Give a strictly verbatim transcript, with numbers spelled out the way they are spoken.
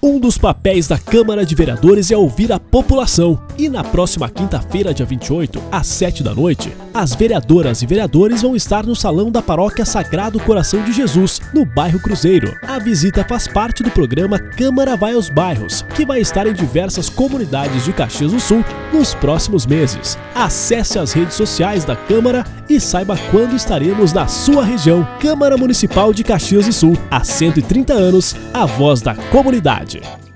Um dos papéis da Câmara de Vereadores é ouvir a população. E na próxima quinta-feira, dia vinte e oito, às sete da noite, as vereadoras e vereadores vão estar no Salão da Paróquia Sagrado Coração de Jesus, no bairro Cruzeiro. A visita faz parte do programa Câmara Vai aos Bairros, que vai estar em diversas comunidades de Caxias do Sul nos próximos meses. Acesse as redes sociais da Câmara e saiba quando estaremos na sua região. Câmara Municipal de Caxias do Sul, há cento e trinta anos, a voz da comunidade.